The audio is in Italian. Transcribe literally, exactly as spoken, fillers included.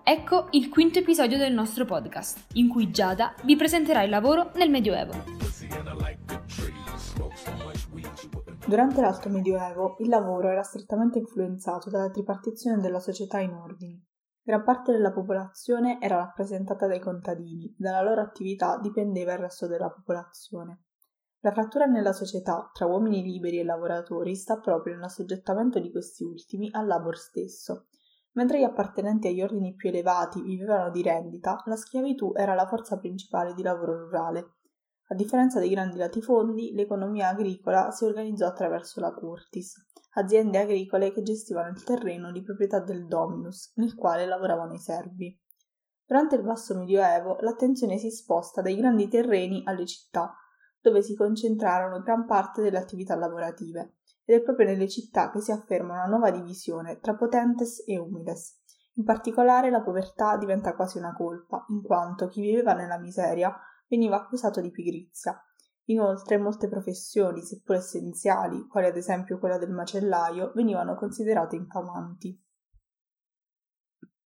Ecco il quinto episodio del nostro podcast, in cui Giada vi presenterà il lavoro nel Medioevo. Durante l'Alto Medioevo il lavoro era strettamente influenzato dalla tripartizione della società in ordini. Gran parte della popolazione era rappresentata dai contadini, dalla loro attività dipendeva il resto della popolazione. La frattura nella società tra uomini liberi e lavoratori sta proprio nell'assoggettamento di questi ultimi al labor stesso. Mentre gli appartenenti agli ordini più elevati vivevano di rendita, la schiavitù era la forza principale di lavoro rurale. A differenza dei grandi latifondi, l'economia agricola si organizzò attraverso la curtis, aziende agricole che gestivano il terreno di proprietà del dominus, nel quale lavoravano i servi. Durante il Basso Medioevo l'attenzione si sposta dai grandi terreni alle città, dove si concentrarono gran parte delle attività lavorative, ed è proprio nelle città che si afferma una nuova divisione tra potentes e humiles. In particolare la povertà diventa quasi una colpa, in quanto chi viveva nella miseria veniva accusato di pigrizia. Inoltre molte professioni, seppur essenziali, quali ad esempio quella del macellaio, venivano considerate infamanti.